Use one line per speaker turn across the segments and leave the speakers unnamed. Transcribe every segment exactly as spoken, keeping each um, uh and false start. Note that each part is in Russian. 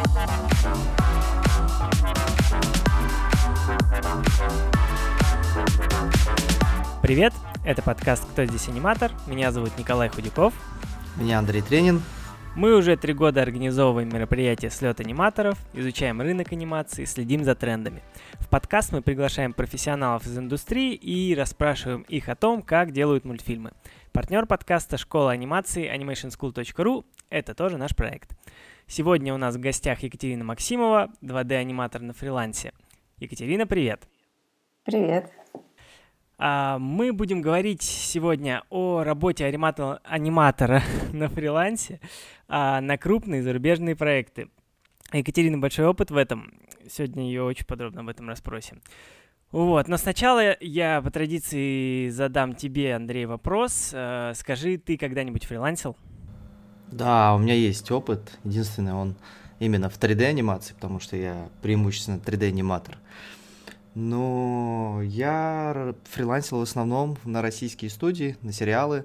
Привет, это подкаст «Кто здесь аниматор?». Меня зовут Николай Худяков.
Меня Андрей Тренин.
Мы уже три года организовываем мероприятия «Слет аниматоров», изучаем рынок анимации, следим за трендами. В подкаст мы приглашаем профессионалов из индустрии и расспрашиваем их о том, как делают мультфильмы. Партнер подкаста — школа анимации анимейшн скул точка ру. Это тоже наш проект. Сегодня у нас в гостях Екатерина Максимова, два дэ-аниматор на фрилансе. Екатерина, привет!
Привет!
Мы будем говорить сегодня о работе аниматора, аниматора на фрилансе на крупные зарубежные проекты. Екатерина большой опыт в этом. Сегодня ее очень подробно об этом расспросим. Вот. Но сначала я по традиции задам тебе, Андрей, вопрос. Скажи, ты когда-нибудь фрилансил?
Да, у меня есть опыт. Единственное, он именно в три дэ-анимации, потому что я преимущественно три дэ-аниматор. Но я фрилансил в основном на российские студии, на сериалы,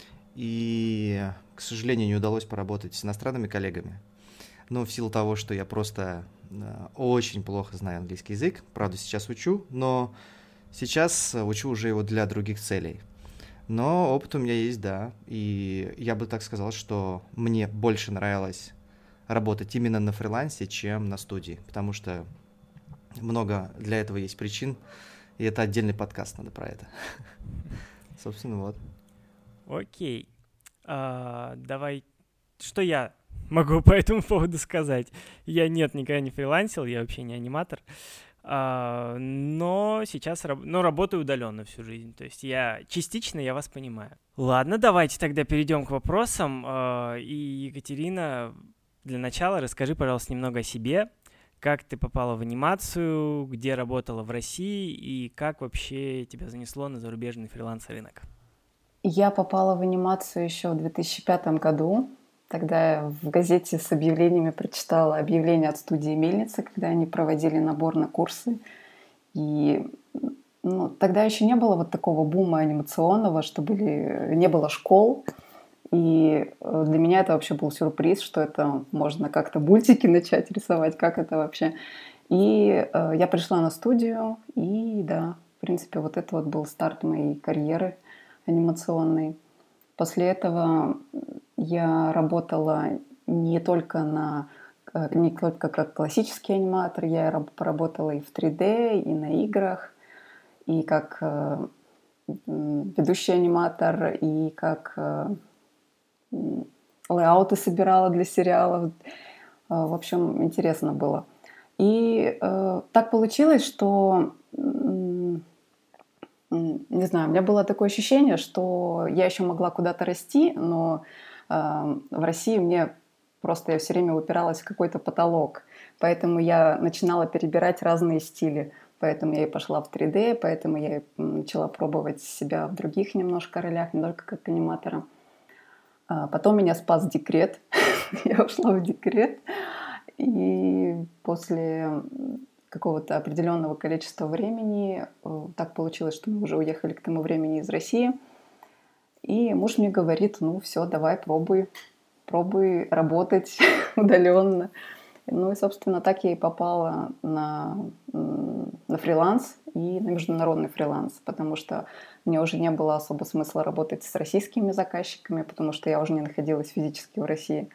и, к сожалению, не удалось поработать с иностранными коллегами. Но в силу того, что я просто очень плохо знаю английский язык, правда, сейчас учу, но сейчас учу уже его для других целей. Но опыт у меня есть, да, и я бы так сказал, что мне больше нравилось работать именно на фрилансе, чем на студии, потому что много для этого есть причин, и это отдельный подкаст, надо про это. Собственно, вот.
Окей. А, давай, что я могу по этому поводу сказать? Я, нет, никогда не фрилансил, я вообще не аниматор, а, но сейчас раб- но работаю удаленно всю жизнь, то есть я частично я вас понимаю. Ладно, давайте тогда перейдем к вопросам, а, и, Екатерина, для начала расскажи, пожалуйста, немного о себе. Как ты попала в анимацию, где работала в России и как вообще тебя занесло на зарубежный фриланс-рынок?
Я попала в анимацию еще в две тысячи пятом году. Тогда я в газете с объявлениями прочитала объявление от студии «Мельница», когда они проводили набор на курсы. И ну, тогда еще не было вот такого бума анимационного, что были, не было школ. И для меня это вообще был сюрприз, что это можно как-то мультики начать рисовать, как это вообще. И э, я пришла на студию, и да, в принципе, вот это вот был старт моей карьеры анимационной. После этого я работала не только, на, не только как классический аниматор, я поработала и в три дэ, и на играх, и как э, ведущий аниматор, и как... Э, лейауты собирала для сериалов. В общем, интересно было. И э, так получилось, что, э, не знаю, у меня было такое ощущение, что я еще могла куда-то расти, но э, в России мне просто я все время упиралась в какой-то потолок. Поэтому я начинала перебирать разные стили. Поэтому я и пошла в три дэ, поэтому я и начала пробовать себя в других немножко ролях, не только как аниматора. Потом меня спас декрет. Я ушла в декрет. И после какого-то определенного количества времени так получилось, что мы уже уехали к тому времени из России. И муж мне говорит: ну все, давай, пробуй. Пробуй работать удаленно. Ну и, собственно, так я и попала на, на фриланс и на международный фриланс, потому что мне уже не было особо смысла работать с российскими заказчиками, потому что я уже не находилась физически в России.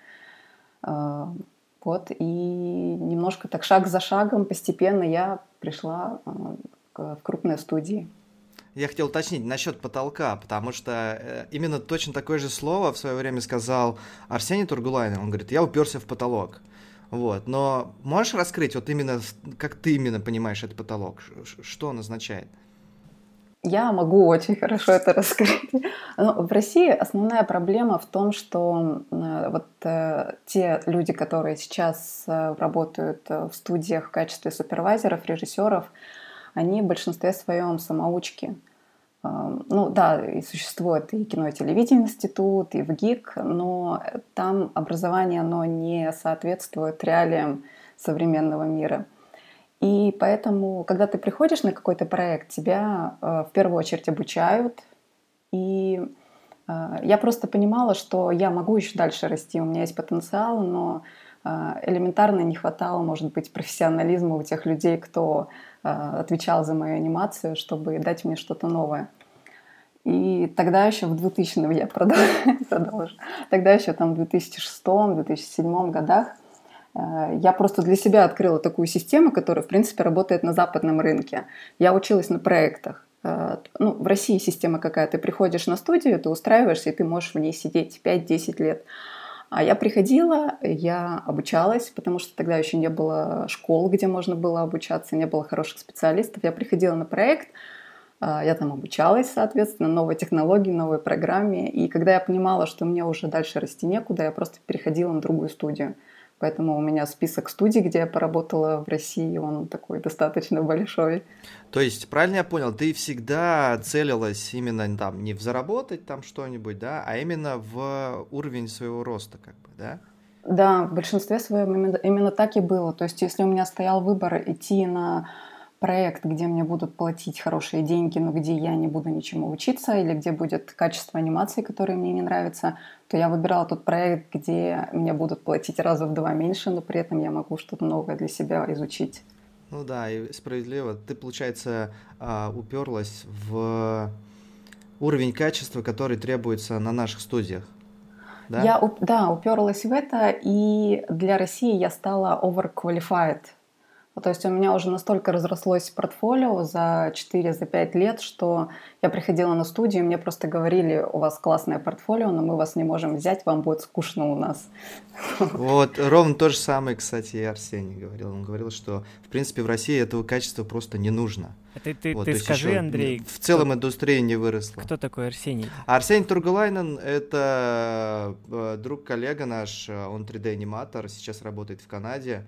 Вот, и немножко так шаг за шагом постепенно я пришла в крупные студии.
Я хотел уточнить насчет потолка, потому что именно точно такое же слово в свое время сказал Арсений Тургулайн. Он говорит: я уперся в потолок. Вот, но можешь раскрыть, вот именно, как ты именно понимаешь этот потолок, что он означает?
Я могу очень хорошо это раскрыть. Но в России основная проблема в том, что э, вот э, те люди, которые сейчас э, работают в студиях в качестве супервайзеров, режиссеров, они в большинстве своем самоучки. Ну да, и существует и кино и телевидение институт, и ВГИК, но там образование, оно не соответствует реалиям современного мира. И поэтому, когда ты приходишь на какой-то проект, тебя в первую очередь обучают. И я просто понимала, что я могу еще дальше расти, у меня есть потенциал, но элементарно не хватало, может быть, профессионализма у тех людей, кто отвечал за мою анимацию, чтобы дать мне что-то новое. И тогда еще в двухтысячном, я продолжу, продолжу, тогда еще там в две тысячи шестом - две тысячи седьмом годах я просто для себя открыла такую систему, которая, в принципе, работает на западном рынке. Я училась на проектах. Ну, в России система какая? Ты приходишь на студию, ты устраиваешься, и ты можешь в ней сидеть пять-десять лет. А я приходила, я обучалась, потому что тогда еще не было школ, где можно было обучаться, не было хороших специалистов. Я приходила на проект, я там обучалась, соответственно, новой технологии, новой программе. И когда я понимала, что мне уже дальше расти некуда, я просто переходила на другую студию. Поэтому у меня список студий, где я поработала в России, он такой достаточно большой.
То есть, правильно я понял, ты всегда целилась именно там не в заработать там что-нибудь, да, а именно в уровень своего роста, как бы, да?
Да, в большинстве своем именно, именно так и было. То есть, если у меня стоял выбор идти на проект, где мне будут платить хорошие деньги, но где я не буду ничему учиться, или где будет качество анимации, которое мне не нравится, то я выбирала тот проект, где мне будут платить раза в два меньше, но при этом я могу что-то новое для себя изучить.
Ну да, и справедливо. Ты, получается, уперлась в уровень качества, который требуется на наших студиях. Да?
Я, да, уперлась в это, и для России я стала overqualified. То есть у меня уже настолько разрослось портфолио за четыре-пять лет, что я приходила на студию, и мне просто говорили: у вас классное портфолио, но мы вас не можем взять, вам будет скучно у нас.
Вот, ровно то же самое, кстати, и Арсений говорил. Он говорил, что, в принципе, в России этого качества просто не нужно.
А ты, ты,
вот,
ты скажи, Андрей...
В целом кто, индустрия не выросла.
Кто такой Арсений?
Арсений Тургулайнен — это друг-коллега наш, он три дэ-аниматор, сейчас работает в Канаде.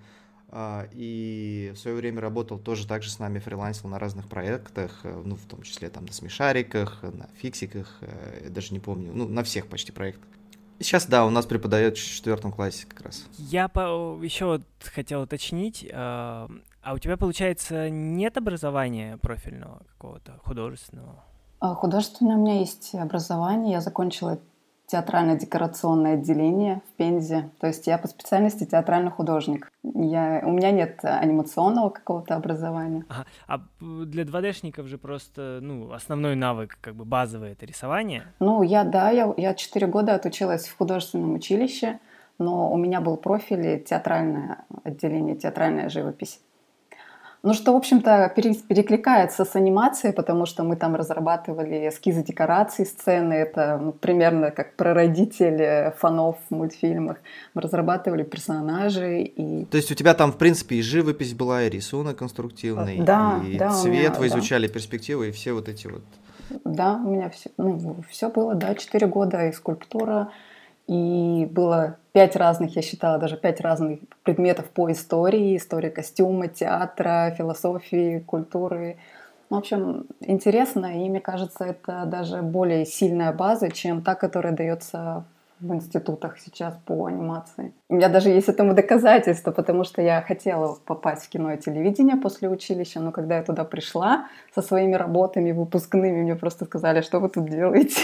И в свое время работал тоже так же с нами, фрилансил на разных проектах, ну, в том числе там на смешариках, на фиксиках, я даже не помню, ну, на всех почти проектах. И сейчас, да, у нас преподает в четвертом классе как раз.
Я по... еще вот хотел уточнить, а у тебя, получается, нет образования профильного какого-то, художественного?
Художественное у меня есть образование, я закончила театрально-декорационное отделение в Пензе. То есть я по специальности театральный художник. Я, у меня нет анимационного какого-то образования.
Ага. А для два дэ-шников же просто, ну, основной навык, как бы базовый — это рисование?
Ну, я, да, я, я четыре года отучилась в художественном училище, но у меня был профиль театральное отделение, театральная живопись. Ну, что, в общем-то, перекликается с анимацией, потому что мы там разрабатывали эскизы декораций сцены. Это ну, примерно как прародитель фанов в мультфильмах. Мы разрабатывали персонажей. И...
То есть у тебя там, в принципе, и живопись была, и рисунок конструктивный,
да,
и
да,
цвет,
меня,
вы изучали
да.
перспективы, и все вот эти вот...
Да, у меня все, ну, все было, да, четыре года, и скульптура, и было пять разных, я считала, даже пять разных предметов по истории, истории костюма, театра, философии, культуры. В общем, интересно, и мне кажется, это даже более сильная база, чем та, которая дается в институтах сейчас по анимации. У меня даже есть этому доказательство, потому что я хотела попасть в кино и телевидение после училища, но когда я туда пришла со своими работами выпускными, мне просто сказали: что вы тут делаете?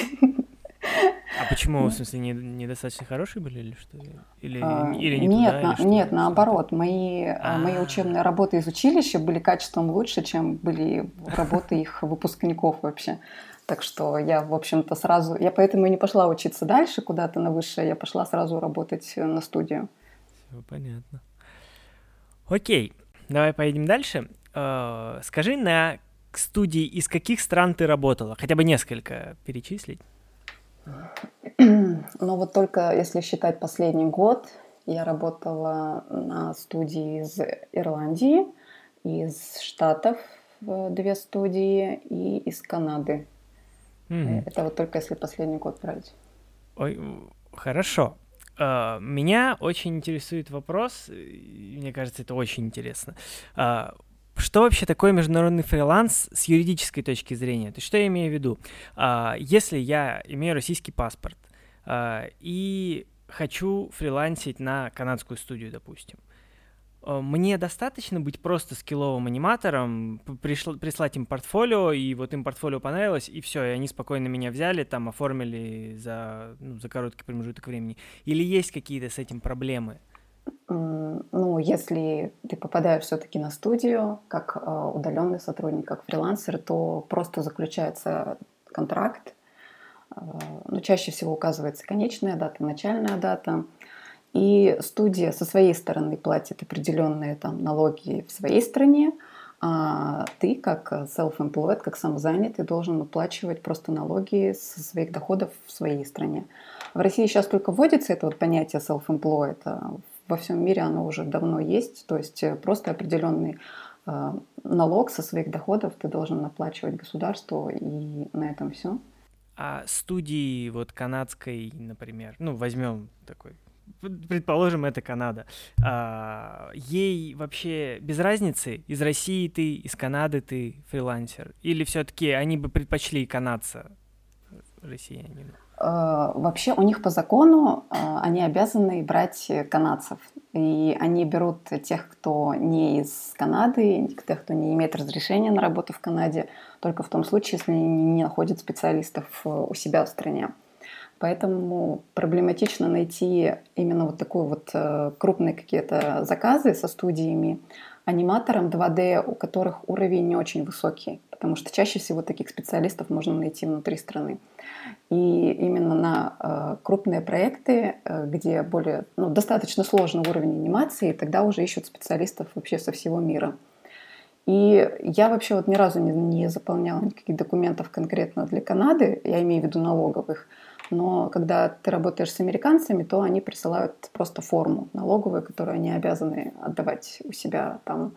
А почему, в смысле, не, недостаточно хорошие были или что? Или,
а,
или не
нет,
туда,
на,
или что?
Нет, наоборот. Мои, мои учебные работы из училища были качеством лучше, чем были работы их выпускников вообще. Так что я, в общем-то, сразу... Я поэтому и не пошла учиться дальше куда-то на высшее, я пошла сразу работать на студию.
Все понятно. Окей, давай поедем дальше. Uh, скажи, на студии из каких стран ты работала? Хотя бы несколько перечислить.
Ну вот только если считать последний год, я работала на студии из Ирландии, из Штатов две студии и из Канады. Mm-hmm. Это вот только если последний год брать.
Ой, хорошо. Uh, меня очень интересует вопрос, мне кажется, это очень интересно. Uh, Что вообще такое международный фриланс с юридической точки зрения? То есть что я имею в виду? Uh, если я имею российский паспорт uh, и хочу фрилансить на канадскую студию, допустим, uh, мне достаточно быть просто скилловым аниматором, пришл- прислать им портфолио, и вот им портфолио понравилось, и все, и они спокойно меня взяли, там оформили за, ну, за короткий промежуток времени? Или есть какие-то с этим проблемы?
Ну, если ты попадаешь все-таки на студию как удаленный сотрудник, как фрилансер, то просто заключается контракт. Ну, чаще всего указывается конечная дата, начальная дата. И студия со своей стороны платит определенные там налоги в своей стране, а ты как self-employed, как самозанятый, должен уплачивать просто налоги со своих доходов в своей стране. В России сейчас только вводится это вот понятие self-employed, а во всем мире оно уже давно есть, то есть просто определенный э, налог со своих доходов ты должен оплачивать государству, и на этом все.
А студии вот канадской, например, ну, возьмем такой, предположим, это Канада, а, ей вообще без разницы, из России ты, из Канады ты фрилансер? Или все-таки они бы предпочли канадца, россиянина?
Вообще у них по закону они обязаны брать канадцев. И они берут тех, кто не из Канады, тех, кто не имеет разрешения на работу в Канаде, только в том случае, если они не находят специалистов у себя в стране. Поэтому проблематично найти именно вот такие вот крупные какие-то заказы со студиями, аниматорам два дэ, у которых уровень не очень высокий, потому что чаще всего таких специалистов можно найти внутри страны. И именно на э, крупные проекты, э, где более, ну, достаточно сложный уровень анимации, тогда уже ищут специалистов вообще со всего мира. И я вообще вот ни разу не, не заполняла никаких документов конкретно для Канады, я имею в виду налоговых, но когда ты работаешь с американцами, то они присылают просто форму налоговую, которую они обязаны отдавать у себя там.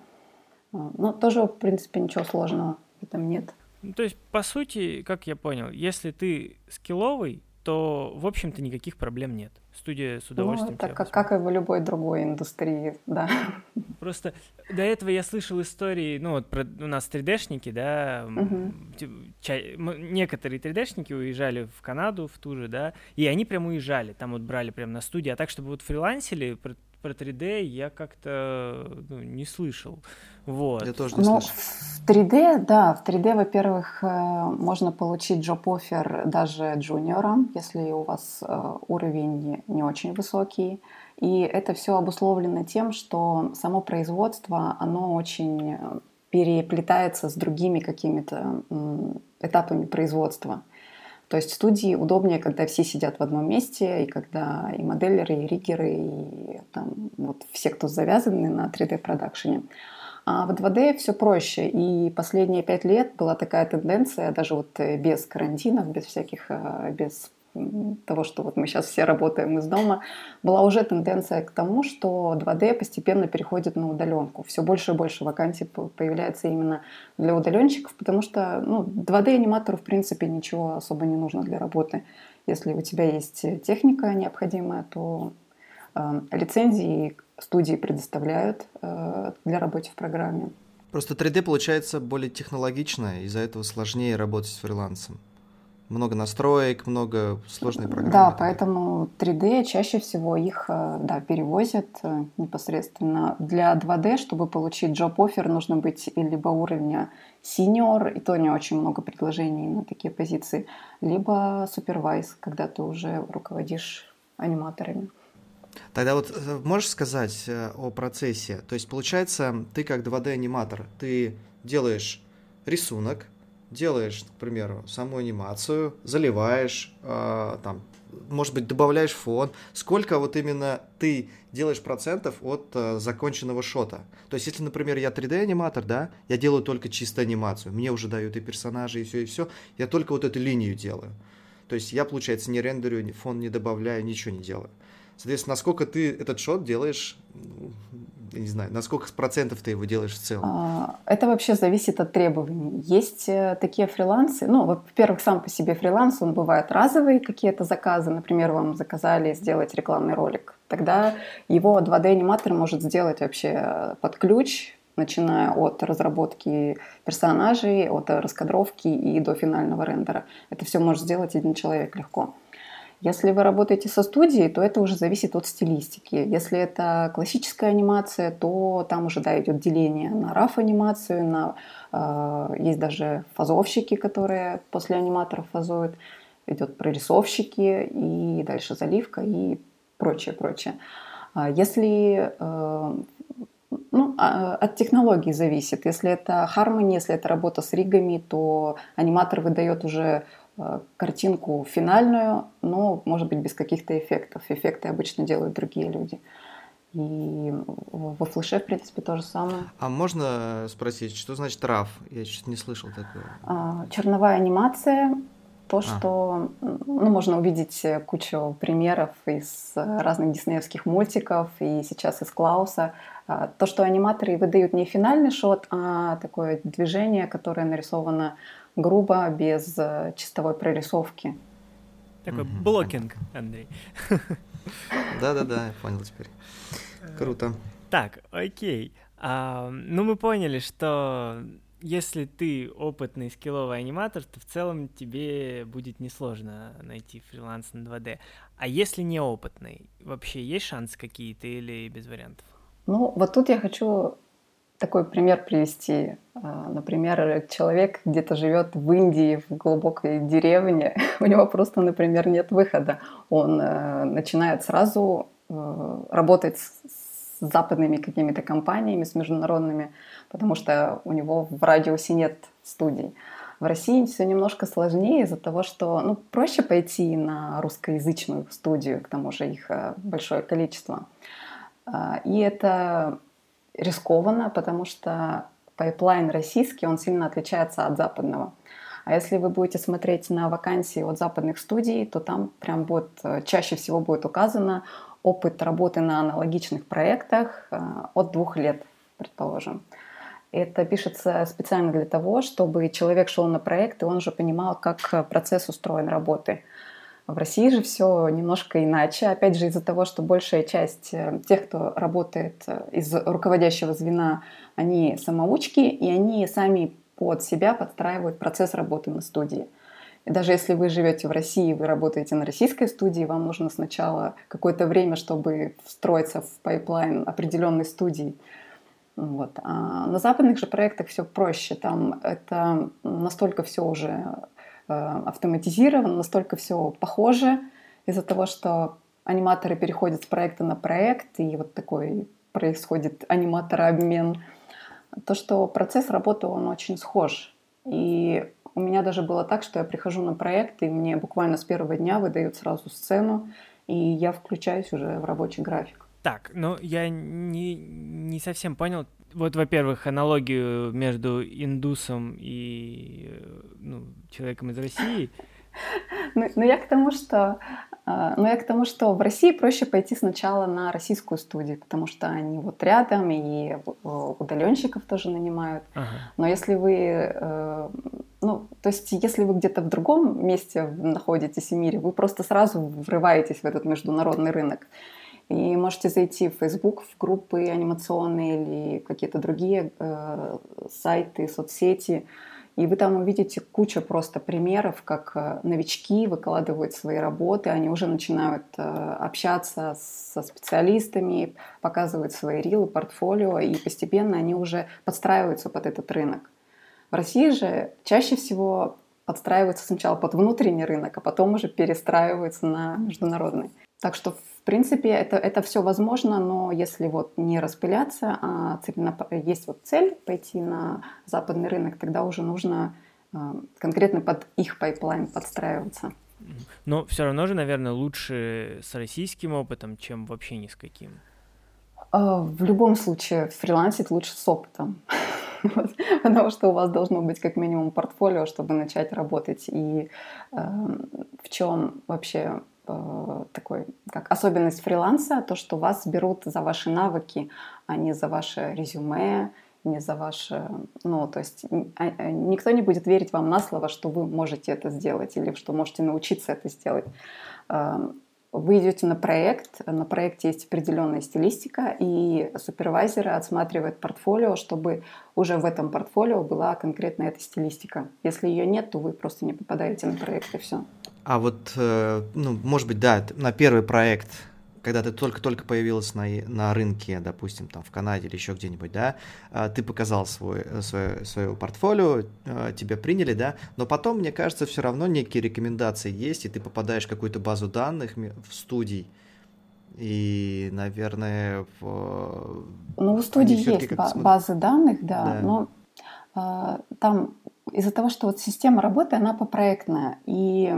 Но тоже, в принципе, ничего сложного в этом нет.
Ну, то есть, по сути, как я понял, если ты скилловый, то, в общем-то, никаких проблем нет. Студия с удовольствием.
Ну, это как, как и в любой другой индустрии, да.
Просто до этого я слышал истории, ну, вот про, у нас три дэ-шники, да,
угу.
ча- некоторые три дэ-шники уезжали в Канаду, в ту же, да, и они прям уезжали, там вот брали прям на студии, а так, чтобы вот фрилансили, про, про три дэ я как-то ну, не слышал. Вот.
Я тоже не
ну,
слышал.
В три дэ, да, в три дэ, во-первых, можно получить job-offer даже джуниором, если у вас уровень не очень высокий. И это все обусловлено тем, что само производство, оно очень переплетается с другими какими-то этапами производства. То есть в студии удобнее, когда все сидят в одном месте, и когда и моделеры, и риггеры, и там, вот все, кто завязаны на три дэ-продакшене. А в два дэ все проще. И последние пять лет была такая тенденция, даже вот без карантинов, без всяких, без того, что вот мы сейчас все работаем из дома, была уже тенденция к тому, что два дэ постепенно переходит на удаленку. Все больше и больше вакансий появляется именно для удаленщиков, потому что ну, два дэ-аниматору в принципе ничего особо не нужно для работы. Если у тебя есть техника необходимая, то э, лицензии студии предоставляют э, для работы в программе.
Просто три дэ получается более технологично, из-за этого сложнее работать с фрилансом. Много настроек, много сложной программы.
Да, поэтому три дэ чаще всего их да, перевозят непосредственно. Для два дэ, чтобы получить job-offer, нужно быть либо уровня senior, и то не очень много предложений на такие позиции, либо supervise, когда ты уже руководишь аниматорами.
Тогда вот можешь сказать о процессе? То есть, получается, ты как два дэ-аниматор, ты делаешь рисунок, делаешь, к примеру, саму анимацию, заливаешь, э, там, может быть, добавляешь фон. Сколько вот именно ты делаешь процентов от э, законченного шота? То есть, если, например, я три дэ-аниматор, да, я делаю только чисто анимацию. Мне уже дают и персонажи, и все, и все. Я только вот эту линию делаю. То есть, я, получается, не рендерю, фон не добавляю, ничего не делаю. Соответственно, насколько ты этот шот делаешь, я не знаю, на сколько процентов ты его делаешь в целом?
Это вообще зависит от требований. Есть такие фрилансы, ну, во-первых, сам по себе фриланс, он бывает разовые какие-то заказы, например, вам заказали сделать рекламный ролик, тогда его два дэ-аниматор может сделать вообще под ключ, начиная от разработки персонажей, от раскадровки и до финального рендера. Это все может сделать один человек легко. Если вы работаете со студией, то это уже зависит от стилистики. Если это классическая анимация, то там уже да, идет деление на раф-анимацию, на, э, есть даже фазовщики, которые после аниматоров фазуют, идет прорисовщики и дальше заливка и прочее, прочее. Если, ну, от технологий зависит. Если это Harmony, если это работа с ригами, то аниматор выдает уже картинку финальную, но, может быть, без каких-то эффектов. Эффекты обычно делают другие люди. И во флеше, в принципе, то же самое.
А можно спросить, что значит раф? Я чуть не слышал такое.
Черновая анимация. То, что а. ну, можно увидеть кучу примеров из разных диснеевских мультиков и сейчас из Клауса. То, что аниматоры выдают не финальный шот, а такое движение, которое нарисовано грубо, без чистовой прорисовки.
Такой mm-hmm. блокинг, Андрей.
Да-да-да, я понял теперь. Круто.
Так, окей. А, ну, мы поняли, что если ты опытный скилловый аниматор, то в целом тебе будет несложно найти фриланс на два дэ. А если неопытный, вообще есть шансы какие-то или без вариантов?
Ну, вот тут я хочу такой пример привести. Например, человек где-то живет в Индии, в глубокой деревне, у него просто, например, нет выхода. Он начинает сразу работать с западными какими-то компаниями, с международными, потому что у него в радиусе нет студий. В России все немножко сложнее из-за того, что ну, проще пойти на русскоязычную студию, к тому же их большое количество. И это рискованно, потому что пайплайн российский, он сильно отличается от западного. А если вы будете смотреть на вакансии от западных студий, то там прям будет, чаще всего будет указано опыт работы на аналогичных проектах от двух лет, предположим. Это пишется специально для того, чтобы человек шел на проект, и он уже понимал, как процесс устроен работы. В России же все немножко иначе. Опять же, из-за того, что большая часть тех, кто работает из руководящего звена, они самоучки, и они сами под себя подстраивают процесс работы на студии. И даже если вы живете в России, вы работаете на российской студии, вам нужно сначала какое-то время, чтобы встроиться в пайплайн определенной студии. Вот. А на западных же проектах все проще. Там это настолько все уже автоматизировано, настолько все похоже из-за того, что аниматоры переходят с проекта на проект, и вот такой происходит аниматорообмен. То, что процесс работы, он очень схож. И у меня даже было так, что я прихожу на проект, и мне буквально с первого дня выдают сразу сцену, и я включаюсь уже в рабочий график.
Так, ну я не, не совсем понял. Вот, во-первых, аналогию между индусом и ну, человеком из России.
Ну, ну, я к тому, что, ну, я к тому, что в России проще пойти сначала на российскую студию, потому что они вот рядом, и удаленщиков тоже нанимают. Ага. Но если вы, ну, то есть если вы где-то в другом месте находитесь в мире, вы просто сразу врываетесь в этот международный рынок. И можете зайти в Facebook, в группы анимационные или какие-то другие э, сайты, соцсети, и вы там увидите кучу просто примеров, как новички выкладывают свои работы, они уже начинают э, общаться со специалистами, показывают свои рилы, портфолио, и постепенно они уже подстраиваются под этот рынок. В России же чаще всего подстраиваются сначала под внутренний рынок, а потом уже перестраиваются на международный. Так что, в принципе, это, это все возможно, но если вот не распыляться, а целенап... есть вот цель пойти на западный рынок, тогда уже нужно э, конкретно под их пайплайн подстраиваться.
Но все равно же, наверное, лучше с российским опытом, чем вообще ни с каким.
В любом случае, фрилансить лучше с опытом. Потому что у вас должно быть как минимум портфолио, чтобы начать работать. И э, в чем вообще э, такой, как особенность фриланса, то, что вас берут за ваши навыки, а не за ваше резюме, не за ваше... Ну, то есть никто не будет верить вам на слово, что вы можете это сделать или что можете научиться это сделать. Вы идете на проект, на проекте есть определенная стилистика, и супервайзеры отсматривают портфолио, чтобы уже в этом портфолио была конкретно эта стилистика. Если ее нет, то вы просто не попадаете на проект, и все.
А вот, ну, может быть, да, на первый проект, когда ты только-только появилась на, на рынке, допустим, там в Канаде или еще где-нибудь, да, ты показал свой, свое, свое портфолио, тебя приняли, да, но потом, мне кажется, все равно некие рекомендации есть, и ты попадаешь в какую-то базу данных в студии, И, наверное, в...
Ну, у студии есть ба- базы данных, да, да. но э, там из-за того, что вот система работы, она попроектная. И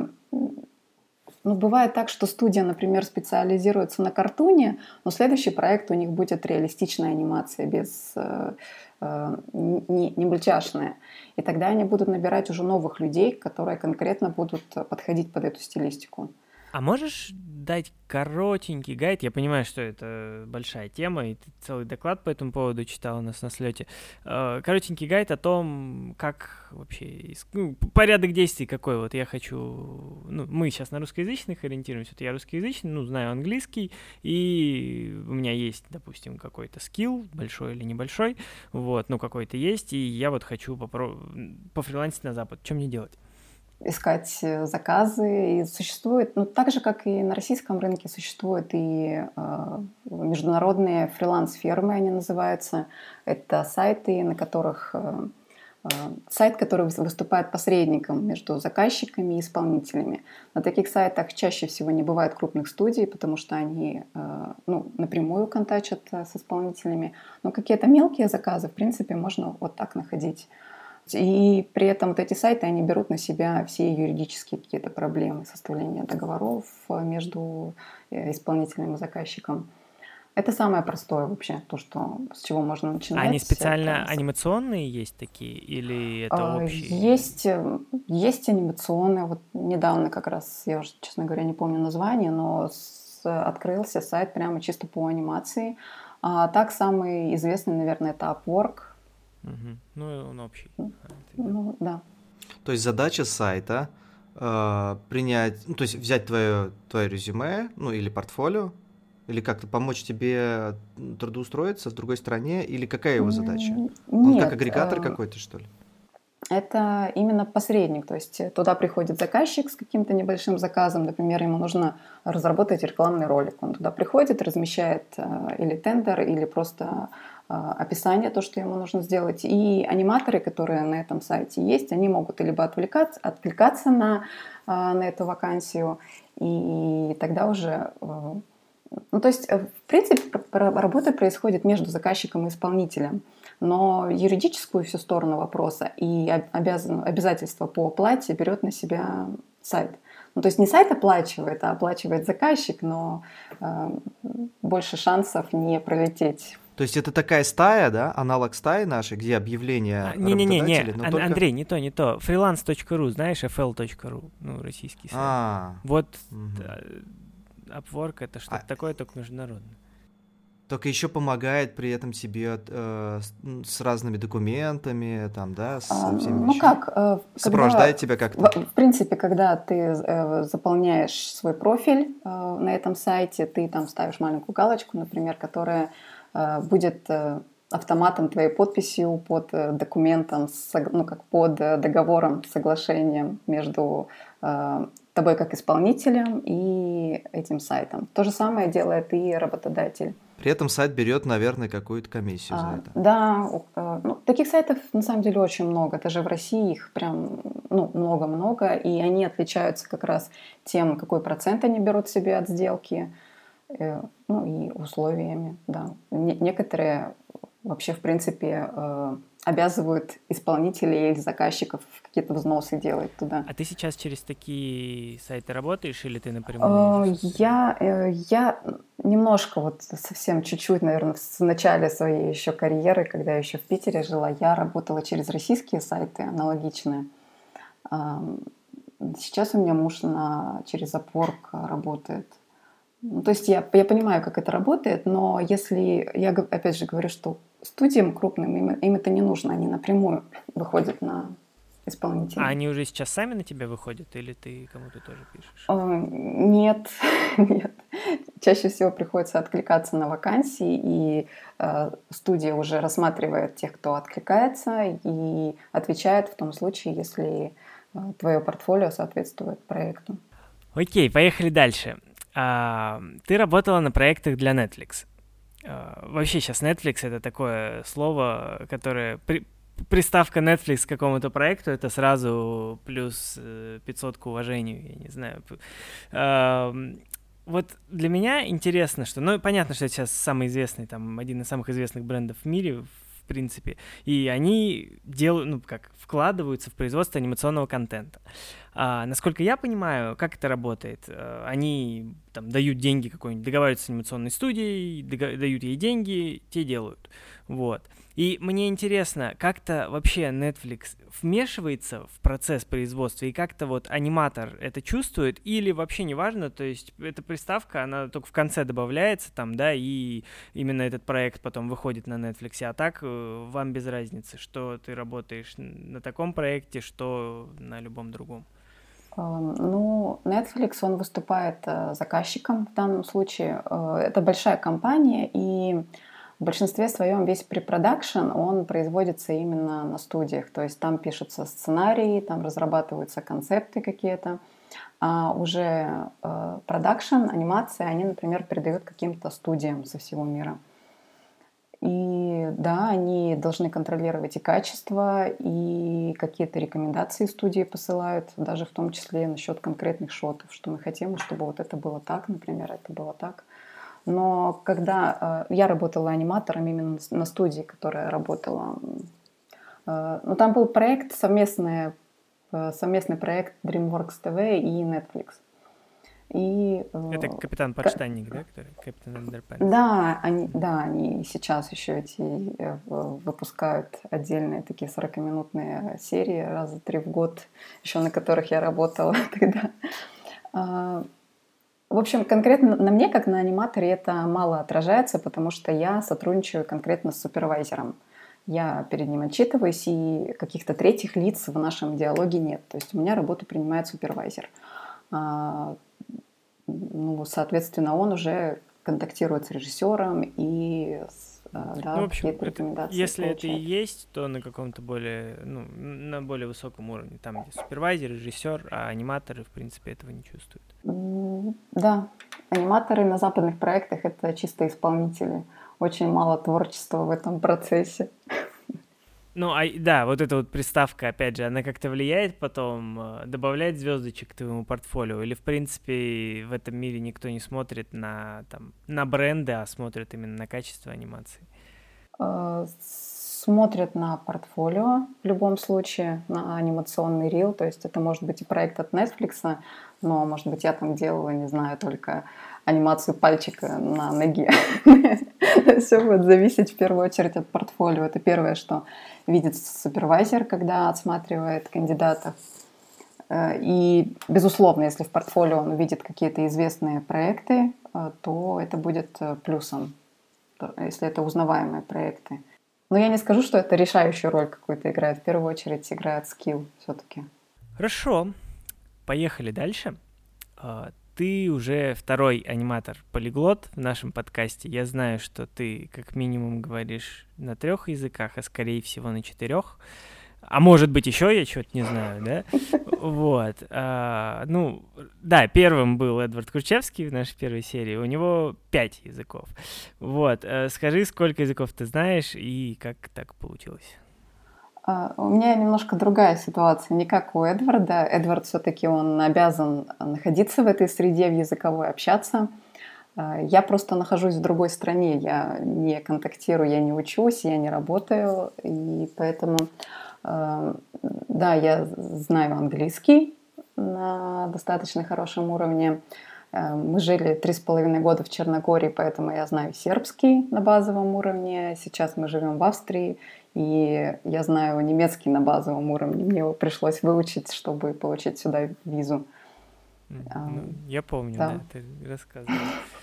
ну, бывает так, что студия, например, специализируется на картуне, но следующий проект у них будет реалистичная анимация, без, э, э, не, не мультяшная. И тогда они будут набирать уже новых людей, которые конкретно будут подходить под эту стилистику.
А можешь дать коротенький гайд? Я понимаю, что это большая тема, и ты целый доклад по этому поводу читал у нас на слете. Коротенький гайд о том, как вообще, ну, порядок действий какой. Вот я хочу... Ну, мы сейчас на русскоязычных ориентируемся. Вот я русскоязычный, ну, знаю английский, и у меня есть, допустим, какой-то скилл, большой или небольшой, вот, ну, какой-то есть, и я вот хочу попро- пофрилансить на Запад. Что мне делать?
Искать заказы. И существует, ну, так же, как и на российском рынке, существуют и э, международные фриланс-фермы, они называются. Это сайты, на которых... Э, э, сайт, который выступает посредником между заказчиками и исполнителями. На таких сайтах чаще всего не бывает крупных студий, потому что они э, ну, напрямую контачат с исполнителями. Но какие-то мелкие заказы, в принципе, можно вот так находить. И при этом вот эти сайты, они берут на себя все юридические какие-то проблемы, составления договоров между исполнителем и заказчиком. Это самое простое вообще, то, что, с чего можно начинать.
А они специально это... анимационные есть такие или это общие?
Есть, есть анимационные. Вот недавно как раз, я уже, честно говоря, не помню название, но с... открылся сайт прямо чисто по анимации. А так самый известный, наверное, это Upwork.
Угу. Ну, он общий.
Ну, да.
То есть задача сайта э, принять, ну, то есть взять твое, твое резюме, ну, или портфолио, или как-то помочь тебе трудоустроиться в другой стране, или какая его задача?
Нет,
он как агрегатор э, какой-то, что ли?
Это именно посредник, то есть туда приходит заказчик с каким-то небольшим заказом, например, ему нужно разработать рекламный ролик, он туда приходит, размещает э, или тендер, или просто описание, то, что ему нужно сделать. И аниматоры, которые на этом сайте есть, они могут либо отвлекаться, откликаться на, на эту вакансию, и тогда уже... Ну, то есть, в принципе, работа происходит между заказчиком и исполнителем, но юридическую всю сторону вопроса и обязан, обязательства по оплате берет на себя сайт. Ну, то есть не сайт оплачивает, а оплачивает заказчик, но э, больше шансов не пролететь.
То есть это такая стая, да, аналог стаи нашей, где объявления
Не-не-не,
но
Ан-
только...
Андрей, не то, не то. фриланс точка ру, знаешь, эф эл точка ру, ну, российский сайт.
А,
вот
угу.
Upwork — это что-то а... такое, только международное.
Только еще помогает при этом тебе э, с, с разными документами, там, да, с
а,
всеми
Ну
вещами.
как? Э,
Сопровождает тебя как-то?
В, в принципе, когда ты э, заполняешь свой профиль э, на этом сайте, ты там ставишь маленькую галочку, например, которая э, будет э, автоматом твоей подписью под э, документом, с, ну как под э, договором, соглашением между э, тобой как исполнителем и этим сайтом. То же самое делает и работодатель.
При этом сайт берет, наверное, какую-то комиссию
а,
за это.
Да, ну, таких сайтов на самом деле очень много. Даже в России их прям ну, много-много, и они отличаются как раз тем, какой процент они берут себе от сделки, э, ну и условиями. Да. Не- некоторые вообще, в принципе, э, обязывают исполнителей или заказчиков какие-то взносы делать туда.
А ты сейчас через такие сайты работаешь или ты напрямую?
Я, я немножко, вот совсем чуть-чуть, наверное, в начале своей еще карьеры, когда я еще в Питере жила, я работала через российские сайты аналогичные. Сейчас у меня муж на, через Upwork работает. Ну, то есть я, я понимаю, как это работает, но если, я опять же говорю, что студиям крупным им, им это не нужно, они напрямую выходят на исполнителей.
А они уже сейчас сами на тебя выходят или ты кому-то тоже пишешь?
Uh, нет, нет. Чаще всего приходится откликаться на вакансии, и uh, студия уже рассматривает тех, кто откликается, и отвечает в том случае, если uh, твое портфолио соответствует проекту.
Окей, поехали дальше. А, ты работала на проектах для Netflix. А, вообще сейчас Netflix — это такое слово, которое... При, приставка Netflix к какому-то проекту — это сразу плюс пятьсот к уважению, я не знаю. А, вот для меня интересно, что, ну, понятно, что это сейчас самый известный, там, один из самых известных брендов в мире, в принципе, и они делают, ну, как, вкладываются в производство анимационного контента. А, насколько я понимаю, как это работает? А, они там дают деньги какой-нибудь, договариваются с анимационной студией, дога- дают ей деньги, те делают. Вот. И мне интересно, как-то вообще Netflix вмешивается в процесс производства, и как-то вот аниматор это чувствует, или вообще не важно, то есть эта приставка, она только в конце добавляется там, да, и именно этот проект потом выходит на Netflix, а так э, вам без разницы, что ты работаешь на таком проекте, что на любом другом.
Эм, Ну, Netflix, он выступает э, заказчиком в данном случае. Э, Это большая компания, и в большинстве своем весь препродакшн, он производится именно на студиях. То есть там пишутся сценарии, там разрабатываются концепты какие-то. А уже э, продакшн, анимация, они, например, передают каким-то студиям со всего мира. И да, они должны контролировать и качество, и какие-то рекомендации студии посылают, даже в том числе насчет конкретных шотов, что мы хотим, чтобы вот это было так, например, это было так. Но когда э, я работала аниматором именно на студии, которая работала, э, ну там был проект совместный, э, совместный проект DreamWorks ти ви и Netflix. И, э,
Это Капитан Подштанник, да, который Капитан Андерпэнс?
Да, они, да, они сейчас еще эти э, выпускают отдельные такие сорокаминутные серии раза три в год, еще на которых я работала тогда. А, В общем, конкретно на мне, как на аниматоре, это мало отражается, потому что я сотрудничаю конкретно с супервайзером. Я перед ним отчитываюсь, и каких-то третьих лиц в нашем диалоге нет. То есть у меня работу принимает супервайзер. А, Ну, соответственно, он уже контактирует с режиссером и да,
Ну, в общем,
какие-то
это,
рекомендации
если
получает.
это и есть, то на каком-то более, ну, на более высоком уровне, там, где супервайзер, режиссер, а аниматоры, в принципе, этого не чувствуют.
Да, аниматоры на западных проектах — это чисто исполнители. Очень мало творчества в этом процессе.
Ну, а, да, вот эта вот приставка, опять же, она как-то влияет потом, э, добавляет звездочек к твоему портфолио? Или, в принципе, в этом мире никто не смотрит на, там, на бренды, а смотрит именно на качество анимации?
Э, Смотрят на портфолио в любом случае, на анимационный рил. То есть это может быть и проект от Netflix, но, может быть, я там делала, не знаю, только анимацию пальчика на ноге. Все будет зависеть в первую очередь от портфолио. Это первое, что видит супервайзер, когда отсматривает кандидатов. И, безусловно, если в портфолио он увидит какие-то известные проекты, то это будет плюсом, если это узнаваемые проекты. Но я не скажу, что это решающую роль какую-то играет. В первую очередь играет скилл все-таки.
Хорошо, поехали дальше. Ты уже второй аниматор-полиглот в нашем подкасте. Я знаю, что ты как минимум говоришь на трех языках, а скорее всего на четырех. А может быть еще, я что-то не знаю, да? Вот. А, ну, да, первым был Эдвард Кручевский в нашей первой серии. У него пять языков. Вот. А, скажи, сколько языков ты знаешь и как так получилось?
Uh, у меня немножко другая ситуация, не как у Эдварда. Эдвард все-таки он обязан находиться в этой среде, в языковой, общаться. Uh, я просто нахожусь в другой стране, я не контактирую, я не учусь, я не работаю, и поэтому uh, да, я знаю английский на достаточно хорошем уровне. Uh, мы жили три с половиной года в Черногории, поэтому я знаю сербский на базовом уровне. Сейчас мы живем в Австрии. И я знаю немецкий на базовом уровне. Мне его пришлось выучить, чтобы получить сюда визу.
Ну, я помню,
да,
да, ты рассказывала.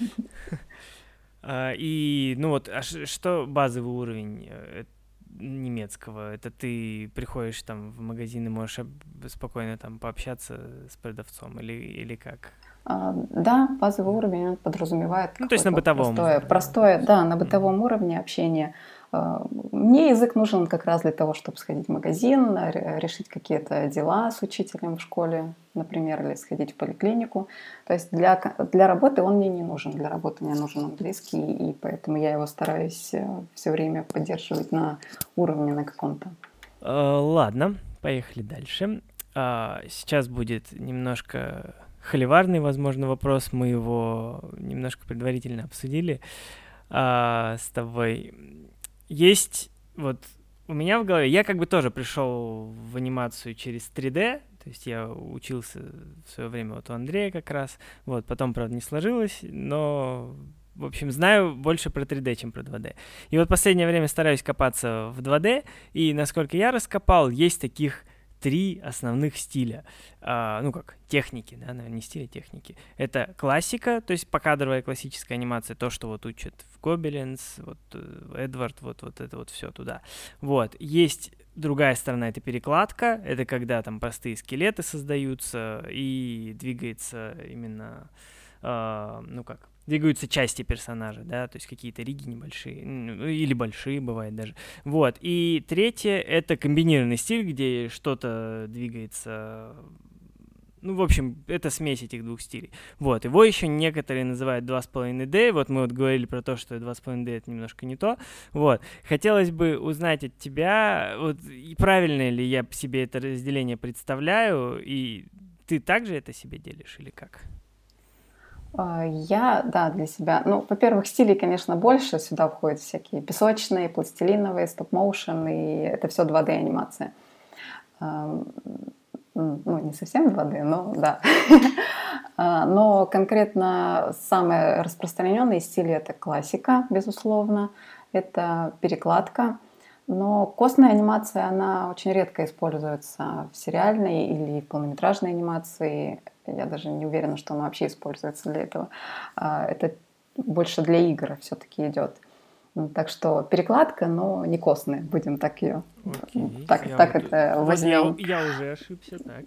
И, ну вот, а что базовый уровень немецкого? Это ты приходишь там в магазин и можешь спокойно там пообщаться с продавцом или, или как?
Да, базовый уровень он подразумевает
ну, то есть на бытовом
простое, простое, да, на бытовом mm-hmm. уровне общения. Мне язык нужен как раз для того, чтобы сходить в магазин, решить какие-то дела с учителем в школе, например, или сходить в поликлинику. То есть для, для работы он мне не нужен. Для работы мне нужен английский, и поэтому я его стараюсь все время поддерживать на уровне на каком-то.
Uh, ладно, поехали дальше. Uh, сейчас будет немножко холиварный, возможно, вопрос. Мы его немножко предварительно обсудили а, с тобой. Есть вот у меня в голове, я как бы тоже пришел в анимацию через три дэ, то есть я учился в свое время вот у Андрея как раз, вот, потом, правда, не сложилось, но, в общем, знаю больше про три дэ, чем про два дэ. И вот в последнее время стараюсь копаться в два дэ, и, насколько я раскопал, есть таких три основных стиля, а, ну как, техники, да, наверное, не стиля, техники. Это классика, то есть покадровая классическая анимация, то, что вот учат в Гобеленс, вот Эдвард, вот, вот это вот все туда. Вот, есть другая сторона, это перекладка, это когда там простые скелеты создаются и двигается именно, а, ну как, двигаются части персонажа, да, то есть какие-то риги небольшие, ну, или большие бывает даже. Вот, и третье — это комбинированный стиль, где что-то двигается, ну, в общем, это смесь этих двух стилей. Вот, его еще некоторые называют два с половиной дэ, вот мы вот говорили про то, что два с половиной дэ — это немножко не то, вот. Хотелось бы узнать от тебя, вот, и правильно ли я себе это разделение представляю, и ты также это себе делишь или как?
Я, да, для себя. Ну, во-первых, стилей, конечно, больше. Сюда входят всякие песочные, пластилиновые, стоп-моушен, и это все два дэ анимация. Ну, не совсем два дэ, но да. Но конкретно самые распространенные стили — это классика, безусловно, это перекладка. Но костная анимация, она очень редко используется в сериальной или в полнометражной анимации. Я даже не уверена, что она вообще используется для этого. Это больше для игр все-таки идет. Так что перекладка, но не костная. Будем так ее...
Okay.
Так,
я
так
вот,
это возьмем.
Я, я уже ошибся, так.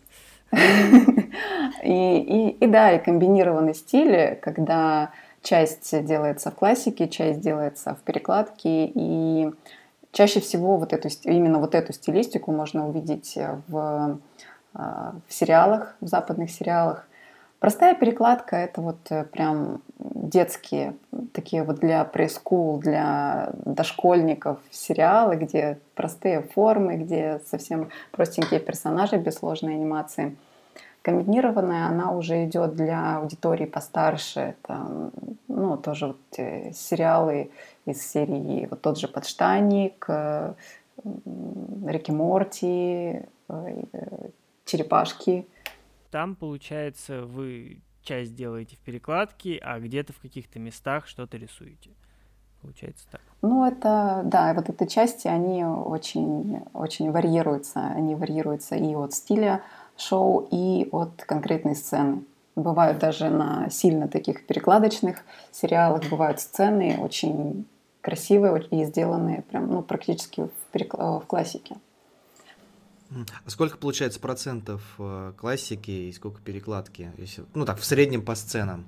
И, и, и да, и комбинированные стили, когда часть делается в классике, часть делается в перекладке, и чаще всего вот эту, именно вот эту стилистику можно увидеть в, в сериалах, в западных сериалах. Простая перекладка — это вот прям детские, такие вот для прескул, для дошкольников сериалы, где простые формы, где совсем простенькие персонажи без сложной анимации. Комбинированная она уже идет для аудитории постарше. Это, ну, тоже вот сериалы из серии вот тот же «Подштанник», «Рик и Морти», «Черепашки».
Там, получается, вы часть делаете в перекладке, а где-то в каких-то местах что-то рисуете. Получается так.
Ну, это, да, вот эти части, они очень, очень варьируются. Они варьируются и от стиля шоу, и от конкретной сцены. Бывают даже на сильно таких перекладочных сериалах, бывают сцены очень красивые и сделанные прям, ну, практически в, перекла- в классике.
А сколько получается процентов классики и сколько перекладки? Если, ну так, в среднем по сценам.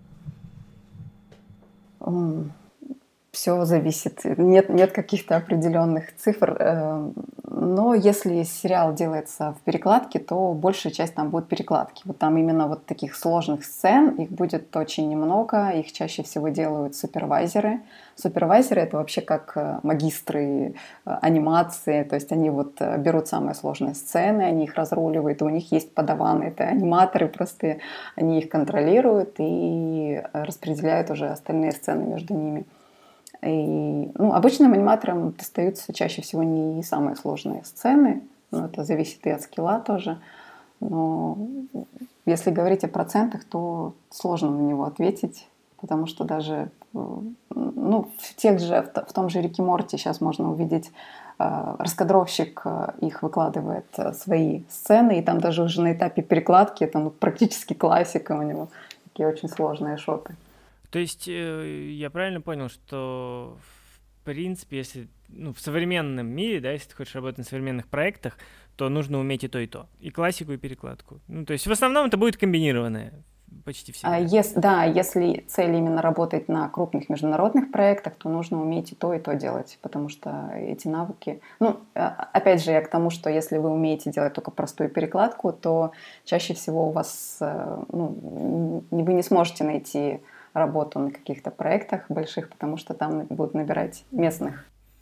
Все зависит. Нет, нет каких-то определенных цифр. Но если сериал делается в перекладке, то большая часть там будет перекладки. Вот там именно вот таких сложных сцен, их будет очень немного. Их чаще всего делают супервайзеры. Супервайзеры — это вообще как магистры анимации. То есть они вот берут самые сложные сцены, они их разруливают, и у них есть подаваны. Это аниматоры простые. Они их контролируют и распределяют уже остальные сцены между ними. И, ну, обычным аниматорам достаются чаще всего не самые сложные сцены, но это зависит и от скилла тоже. Но если говорить о процентах, то сложно на него ответить, потому что даже, ну, в тех же, в том же Рике и Морти сейчас можно увидеть, раскадровщик их выкладывает свои сцены, и там даже уже на этапе перекладки это, ну, практически классика у него, такие очень сложные шоты.
То есть я правильно понял, что в принципе, если, ну, в современном мире, да, если ты хочешь работать на современных проектах, то нужно уметь и то, и то. И классику, и перекладку. Ну, то есть в основном это будет комбинированное почти всегда.
Если, да, если цель именно работать на крупных международных проектах, то нужно уметь и то, и то делать, потому что эти навыки... Ну, опять же, я к тому, что если вы умеете делать только простую перекладку, то чаще всего у вас... Ну, вы не сможете найти работу на каких-то проектах больших, потому что там будут набирать местных.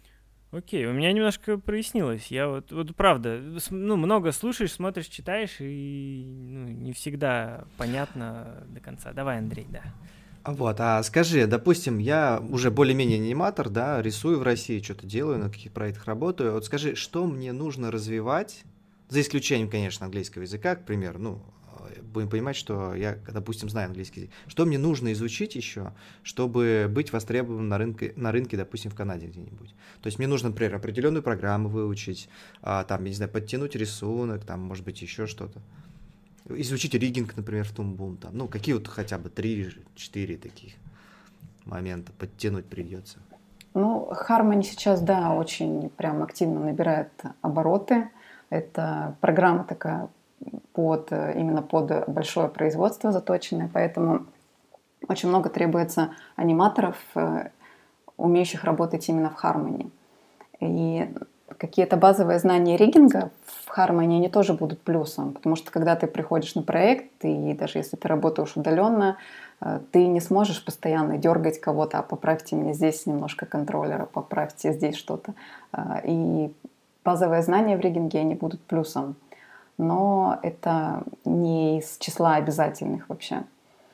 Окей, у меня немножко прояснилось. Я вот, вот правда, ну, много слушаешь, смотришь, читаешь, и ну, не всегда понятно до конца. Давай, Андрей, да.
Вот, а скажи, допустим, я уже более-менее аниматор, да, рисую в России, что-то делаю, на каких проектах работаю. Вот скажи, что мне нужно развивать, за исключением, конечно, английского языка, к примеру, ну, будем понимать, что я, допустим, знаю английский язык. Что мне нужно изучить еще, чтобы быть востребованным на рынке, на рынке, допустим, в Канаде где-нибудь? То есть мне нужно, например, определенную программу выучить, а, там, я не знаю, подтянуть рисунок, там, может быть, еще что-то. Изучить риггинг, например, в Toon Boom, там, ну, какие вот хотя бы три-четыре таких момента подтянуть придется.
Ну, Harmony сейчас, да, очень прям активно набирает обороты. Это программа такая под, именно под большое производство заточенная, поэтому очень много требуется аниматоров, умеющих работать именно в Harmony. И какие-то базовые знания риггинга в Harmony, они тоже будут плюсом, потому что когда ты приходишь на проект, и даже если ты работаешь удаленно, ты не сможешь постоянно дергать кого-то, а поправьте мне здесь немножко контроллера, поправьте здесь что-то. И базовые знания в риггинге, они будут плюсом. Но это не из числа обязательных вообще.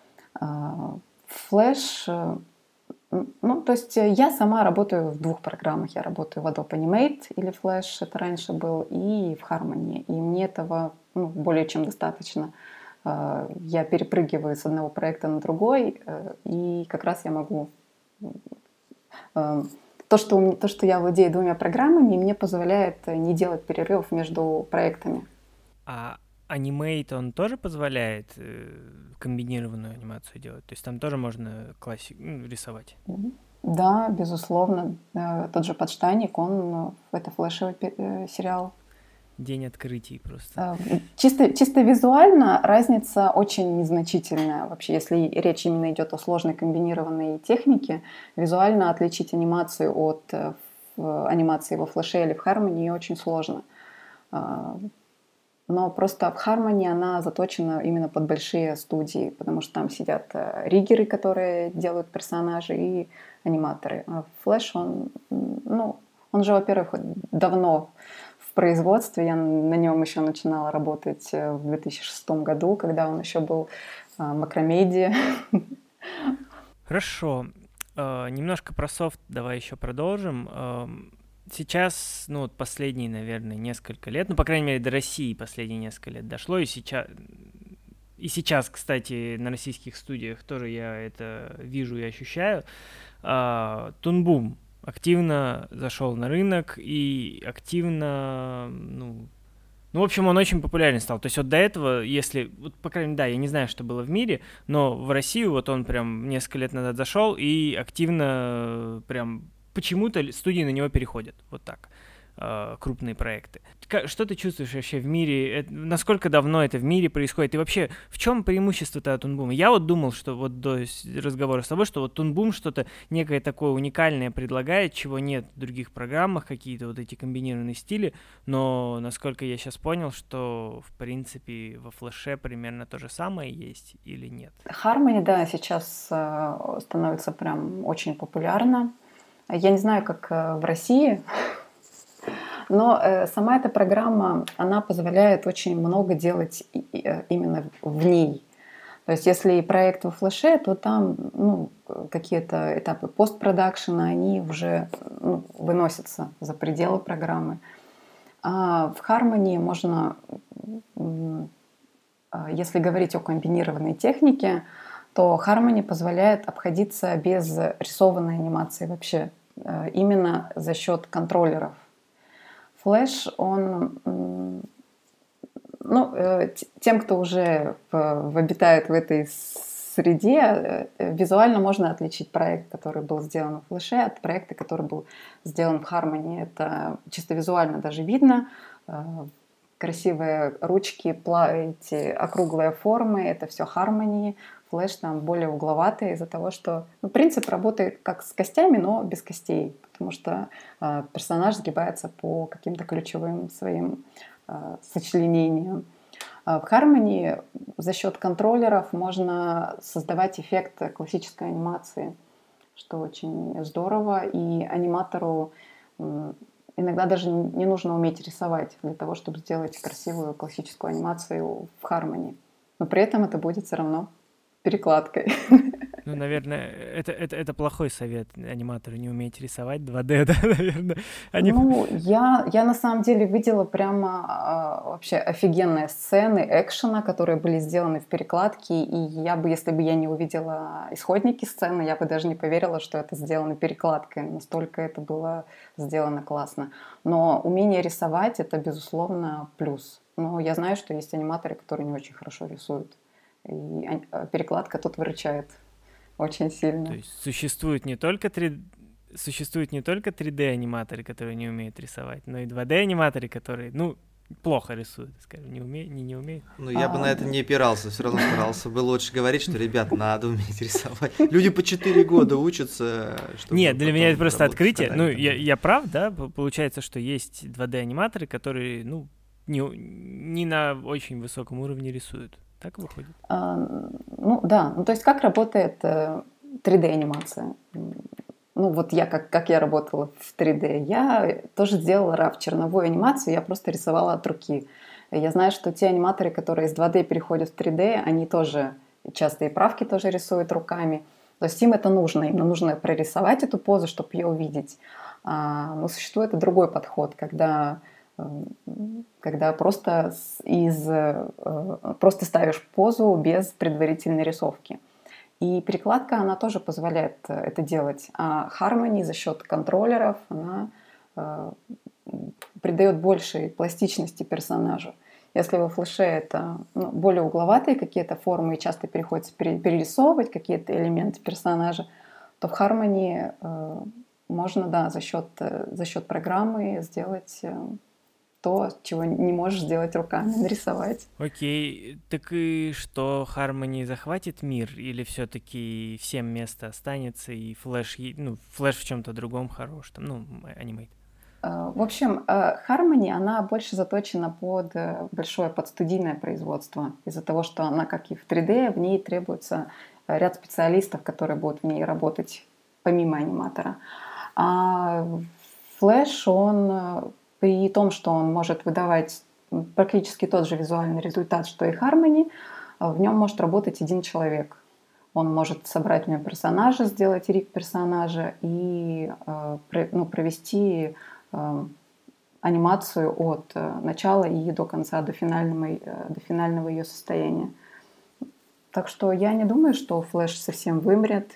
Флэш, ну, то есть я сама работаю в двух программах. Я работаю в Adobe Animate или Flash, это раньше был, и в Harmony. И мне этого ну, более чем достаточно. Я перепрыгиваю с одного проекта на другой, и как раз я могу... То, что, то, что я владею двумя программами, мне позволяет не делать перерывов между проектами.
А Animate, он тоже позволяет э, комбинированную анимацию делать? То есть там тоже можно классик, ну, рисовать?
Да, безусловно. Тот же «Подштанник», он это флешевый сериал.
День открытий просто.
Чисто, чисто визуально разница очень незначительная. Вообще, если речь именно идет о сложной комбинированной технике, визуально отличить анимацию от анимации во флеше или в Harmony очень сложно. Но просто в Harmony она заточена именно под большие студии, потому что там сидят риггеры, которые делают персонажей, и аниматоры. А Flash, он, ну, он же, во-первых, давно в производстве. Я на нем еще начинала работать в две тысячи шестом году, когда он еще был Macromedia.
Хорошо. Uh, немножко про софт давай еще продолжим. Uh, сейчас, ну, вот последние, наверное, несколько лет, ну, по крайней мере, до России последние несколько лет дошло, и сейчас, и сейчас, кстати, на российских студиях тоже я это вижу и ощущаю. Uh, Toon Boom активно зашел на рынок и активно, ну, ну, в общем, он очень популярен стал. То есть вот до этого, если, вот, по крайней мере, да, я не знаю, что было в мире, но в Россию вот он прям несколько лет назад зашел и активно прям почему-то студии на него переходят. Вот так. Крупные проекты. Что ты чувствуешь вообще в мире? Насколько давно это в мире происходит? И вообще, в чем преимущество-то от Toon Boom? Я вот думал, что вот до разговора с тобой, что вот Toon Boom что-то некое такое уникальное предлагает, чего нет в других программах, какие-то вот эти комбинированные стили, но насколько я сейчас понял, что в принципе во флеше примерно то же самое есть или нет?
Harmony, да, сейчас становится прям очень популярно. Я не знаю, как в России, но э, сама эта программа, она позволяет очень много делать и, и, именно в ней. То есть если проект во флеше, то там ну, какие-то этапы постпродакшена, они уже ну, выносятся за пределы программы. А в Harmony можно, если говорить о комбинированной технике, то Harmony позволяет обходиться без рисованной анимации вообще, именно за счет контроллеров. Flash, он, ну, тем, кто уже в, в обитает в этой среде, визуально можно отличить проект, который был сделан в Flash, от проекта, который был сделан в Harmony. Это чисто визуально даже видно. Красивые ручки, эти округлые формы, это все Harmony. Flash там более угловатый из-за того, что ну, принцип работает как с костями, но без костей, потому что э, персонаж сгибается по каким-то ключевым своим э, сочленениям. А в Harmony за счет контроллеров можно создавать эффект классической анимации, что очень здорово, и аниматору Иногда даже не нужно уметь рисовать для того, чтобы сделать красивую классическую анимацию в Harmony. Но при этом это будет все равно перекладкой.
Ну, наверное, это, это, это плохой совет аниматору, не уметь рисовать два дэ, да, наверное. Они...
Ну, я, я на самом деле видела прямо а, вообще офигенные сцены экшена, которые были сделаны в перекладке, и я бы, если бы я не увидела исходники сцены, я бы даже не поверила, что это сделано перекладкой, настолько это было сделано классно. Но умение рисовать — это, безусловно, плюс. Но я знаю, что есть аниматоры, которые не очень хорошо рисуют, и перекладка тут выручает очень сильно.
То есть существует не только три... существуют не только три дэ-аниматоры, которые не умеют рисовать, но и два дэ-аниматоры, которые, ну, плохо рисуют, скажем, не, уме... не, не умеют.
Ну, я а... бы на это не опирался, все равно старался бы лучше говорить, что, ребят, надо уметь рисовать. Люди по четыре года учатся, чтобы...
Нет, для меня это просто открытие. Ну, я, я прав, да? Получается, что есть два дэ-аниматоры, которые, ну, не, не на очень высоком уровне рисуют. Так выходит?
А, ну да, ну то есть как работает э, три дэ-анимация? Ну вот я, как, как я работала в три дэ, я тоже делала раф, черновую анимацию, я просто рисовала от руки. Я знаю, что те аниматоры, которые из два дэ переходят в три дэ, они тоже частые правки тоже рисуют руками. То есть им это нужно, им нужно прорисовать эту позу, чтобы ее увидеть. А, но существует и другой подход, когда... когда просто, из, просто ставишь позу без предварительной рисовки. И перекладка, она тоже позволяет это делать. А Harmony за счет контроллеров, она придает большей пластичности персонажу. Если во флеше это ну, более угловатые какие-то формы и часто приходится перерисовывать какие-то элементы персонажа, то в Harmony можно, да, за счет, за счет программы сделать то, чего не можешь сделать руками, нарисовать.
Окей, так и что, Harmony захватит мир, или все-таки всем место останется, и Флэш, ну, Флэш в чем-то другом хорош, там, ну, анимейт?
В общем, Harmony, она больше заточена под большое подстудийное производство, из-за того, что она, как и в три дэ, в ней требуется ряд специалистов, которые будут в ней работать помимо аниматора. А Flash, он при том, что он может выдавать практически тот же визуальный результат, что и Harmony, в нем может работать один человек. Он может собрать в нем персонажа, сделать рик персонажа и ну, провести анимацию от начала и до конца, до финального, до финального ее состояния. Так что я не думаю, что Флэш совсем вымрет.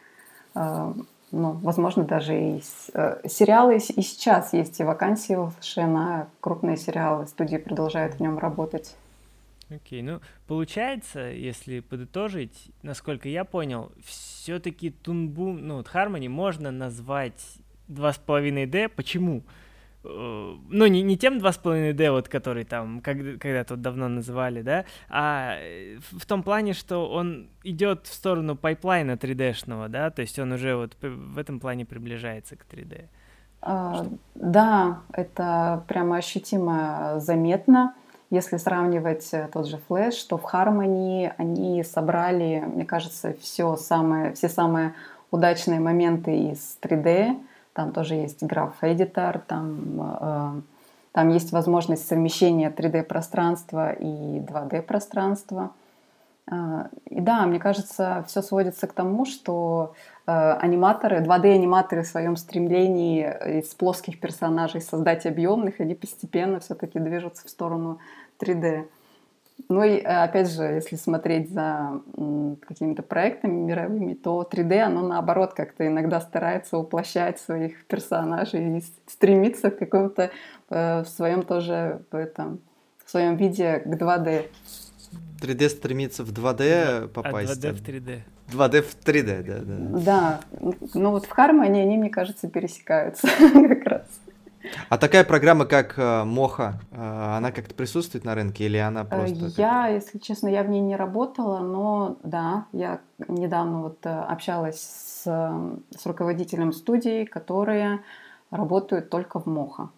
Ну, возможно, даже и сериалы и сейчас есть и вакансии в Флэше на крупные сериалы. Студии продолжают в нем работать.
Окей, okay. Ну, получается, если подытожить, насколько я понял, все-таки Toon Boom, ну, вот Harmony можно назвать два с половиной дэ. Почему? Ну, не, не тем два с половиной дэ, вот, который там когда, когда-то вот давно называли, да, а в том плане, что он идет в сторону пайплайна три дэ-шного, да, то есть он уже вот в этом плане приближается к три дэ.
А, да, это прямо ощутимо заметно. Если сравнивать тот же Flash, то в Harmony они собрали, мне кажется, все самое, все самые удачные моменты из три дэ. Там тоже есть граф-эдитор, там, э, там есть возможность совмещения три дэ-пространства и два дэ-пространства. Э, и да, мне кажется, все сводится к тому, что э, аниматоры, два дэ-аниматоры в своем стремлении из плоских персонажей создать объемных, они постепенно все-таки движутся в сторону три дэ. Ну и опять же, если смотреть за какими-то проектами мировыми, то три дэ, оно наоборот как-то иногда старается уплощать своих персонажей и стремится к какому-то э, в своем тоже в этом, в своем виде к два дэ.
три дэ стремится в два дэ попасть.
А два дэ в три дэ.
два дэ в три дэ, да, да.
Да, ну вот в Harmony они, мне кажется, пересекаются как раз.
А такая программа, как Моха, она как-то присутствует на рынке или она просто...
Я, если честно, я в ней не работала, но да, я недавно вот общалась с, с руководителем студии, которые работают только в Моха.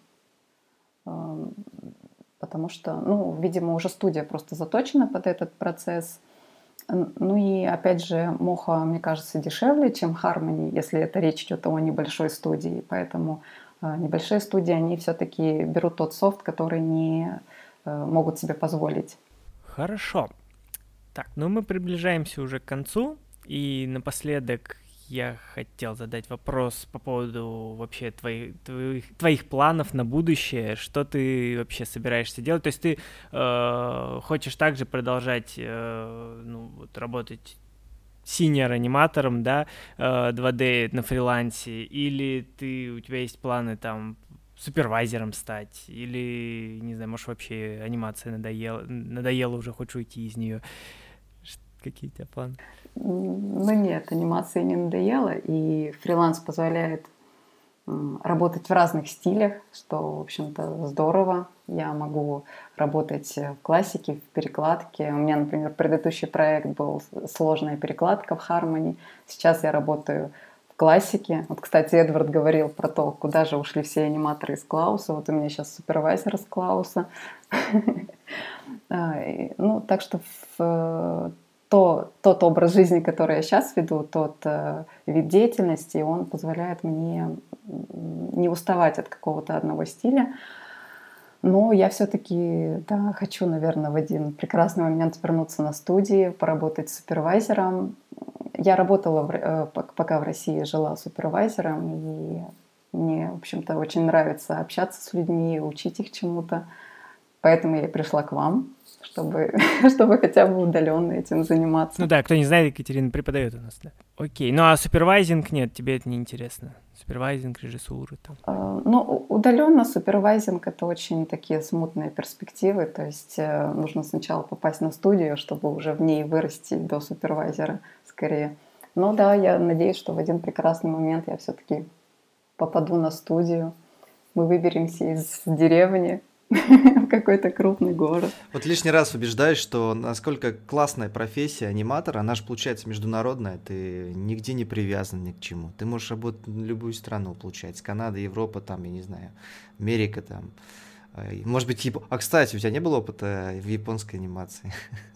Потому что, ну, видимо, уже студия просто заточена под этот процесс. Ну и, опять же, Моха, мне кажется, дешевле, чем Harmony, если это речь идет о небольшой студии. Поэтому Небольшие студии, они все-таки берут тот софт, который не могут себе позволить.
Хорошо. Так, ну мы приближаемся уже к концу, и напоследок я хотел задать вопрос по поводу вообще твоих, твоих, твоих планов на будущее, что ты вообще собираешься делать, то есть ты э, хочешь также продолжать э, ну, вот, работать синьор-аниматором, да, э, два дэ на фрилансе, или ты, у тебя есть планы там супервайзером стать, или, не знаю, может, вообще анимация надоела, надоела уже, хочешь уйти из нее. Какие у тебя планы?
Ну нет, анимация не надоела, и фриланс позволяет работать в разных стилях, что, в общем-то, здорово. Я могу работать в классике, в перекладке. У меня, например, предыдущий проект был сложная перекладка в Harmony. Сейчас я работаю в классике. Вот, кстати, Эдвард говорил про то, куда же ушли все аниматоры из Клауса. Вот у меня сейчас супервайзер из Клауса. Ну, так что в то, тот образ жизни, который я сейчас веду, тот э, вид деятельности, он позволяет мне не уставать от какого-то одного стиля. Но я все-таки да, хочу, наверное, в один прекрасный момент вернуться на студии, поработать супервайзером. Я работала, в, э, пока в России жила супервайзером, и мне, в общем-то, очень нравится общаться с людьми, учить их чему-то. Поэтому я и пришла к вам, чтобы, чтобы хотя бы удаленно этим заниматься.
Ну да, кто не знает, Екатерина преподает у нас, да. Окей, ну а супервайзинг нет, тебе это не интересно? Супервайзинг, режиссура там?
Uh, ну, удаленно супервайзинг — это очень такие смутные перспективы, то есть uh, нужно сначала попасть на студию, чтобы уже в ней вырасти до супервайзера скорее. Но да, я надеюсь, что в один прекрасный момент я все-таки попаду на студию, мы выберемся из деревни в какой-то крупный город.
Вот лишний раз убеждаюсь, что насколько классная профессия аниматора, она же получается международная, ты нигде не привязан ни к чему. Ты можешь работать на любую страну, получается, Канада, Европа, там, я не знаю, Америка, там, может быть, Яп... А, кстати, у тебя не было опыта в японской анимации?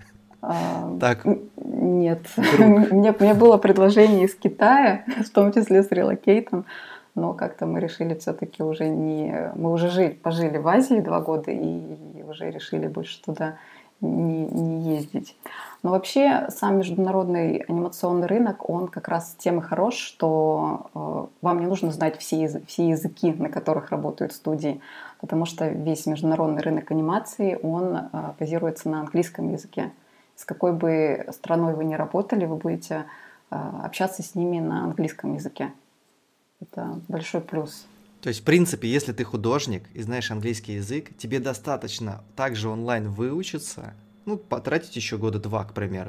А,
так.
Нет. Мне, мне было предложение из Китая, в том числе с релокейтом. Но как-то мы решили все-таки уже не... Мы уже жили, пожили в Азии два года и уже решили больше туда не, не ездить. Но вообще сам международный анимационный рынок, он как раз тем и хорош, что э, вам не нужно знать все, язы, все языки, на которых работают студии, потому что весь международный рынок анимации, он э, базируется на английском языке. С какой бы страной вы ни работали, вы будете э, общаться с ними на английском языке. Это большой плюс.
То есть, в принципе, если ты художник и знаешь английский язык, тебе достаточно также онлайн выучиться, ну, потратить еще года два, к примеру,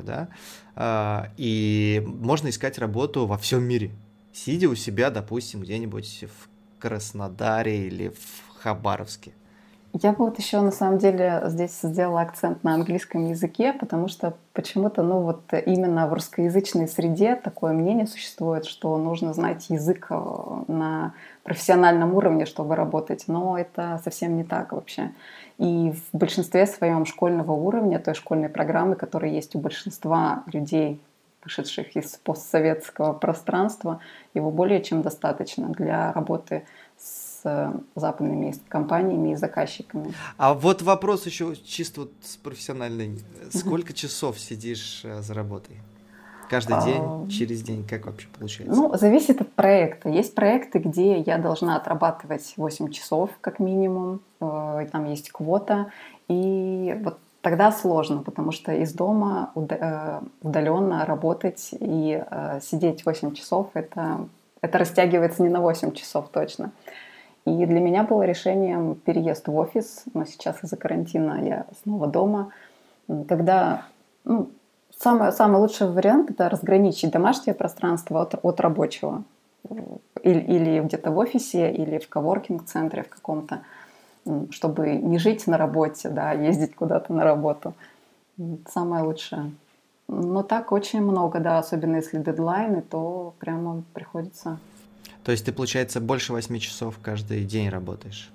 да, и можно искать работу во всем мире, сидя у себя, допустим, где-нибудь в Краснодаре или в Хабаровске.
Я бы вот еще на самом деле здесь сделала акцент на английском языке, потому что почему-то, ну вот именно в русскоязычной среде такое мнение существует, что нужно знать язык на профессиональном уровне, чтобы работать, но это совсем не так вообще. И в большинстве своем школьного уровня, той школьной программы, которая есть у большинства людей, вышедших из постсоветского пространства, его более чем достаточно для работы с западными компаниями и заказчиками.
А вот вопрос еще чисто вот профессиональный. Сколько часов сидишь за работой? Каждый день, а, через день? Как вообще получается?
Ну, зависит от проекта. Есть проекты, где я должна отрабатывать восемь часов как минимум. Там есть квота. И вот тогда сложно, потому что из дома удаленно работать и сидеть восемь часов, это, это растягивается не на восемь часов точно. И для меня было решением переезд в офис, но сейчас из-за карантина я снова дома. Когда, ну, самый, самый лучший вариант — это разграничить домашнее пространство от, от рабочего. Или, или где-то в офисе, или в коворкинг-центре в каком-то, чтобы не жить на работе, да, ездить куда-то на работу. Самое лучшее. Но так очень много, да, особенно если дедлайны, то прямо приходится...
То есть ты, получается, больше восьми часов каждый день работаешь?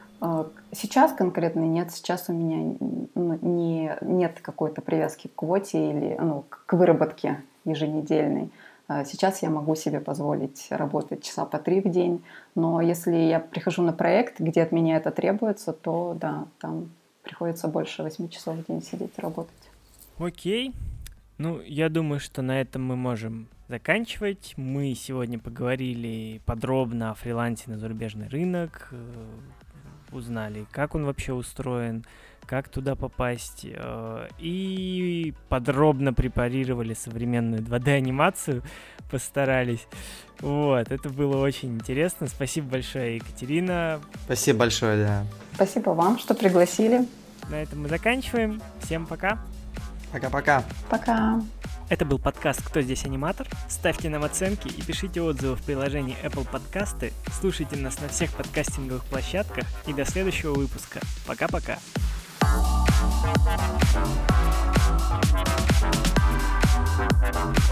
Сейчас конкретно нет. Сейчас у меня не, нет какой-то привязки к квоте или ну, к выработке еженедельной. Сейчас я могу себе позволить работать часа по три в день, но если я прихожу на проект, где от меня это требуется, то да, там приходится больше восьми часов в день сидеть и работать.
Окей. Ну, я думаю, что на этом мы можем заканчивать. Мы сегодня поговорили подробно о фрилансе на зарубежный рынок, узнали, как он вообще устроен, как туда попасть, и подробно препарировали современную два дэ-анимацию, постарались. Вот, это было очень интересно. Спасибо большое, Екатерина.
Спасибо большое, да.
Спасибо вам, что пригласили.
На этом мы заканчиваем. Всем пока.
Пока-пока.
Пока.
Это был подкаст «Кто здесь аниматор?». Ставьте нам оценки и пишите отзывы в приложении Apple Подкасты. Слушайте нас на всех подкастинговых площадках. И до следующего выпуска. Пока-пока. Thank you.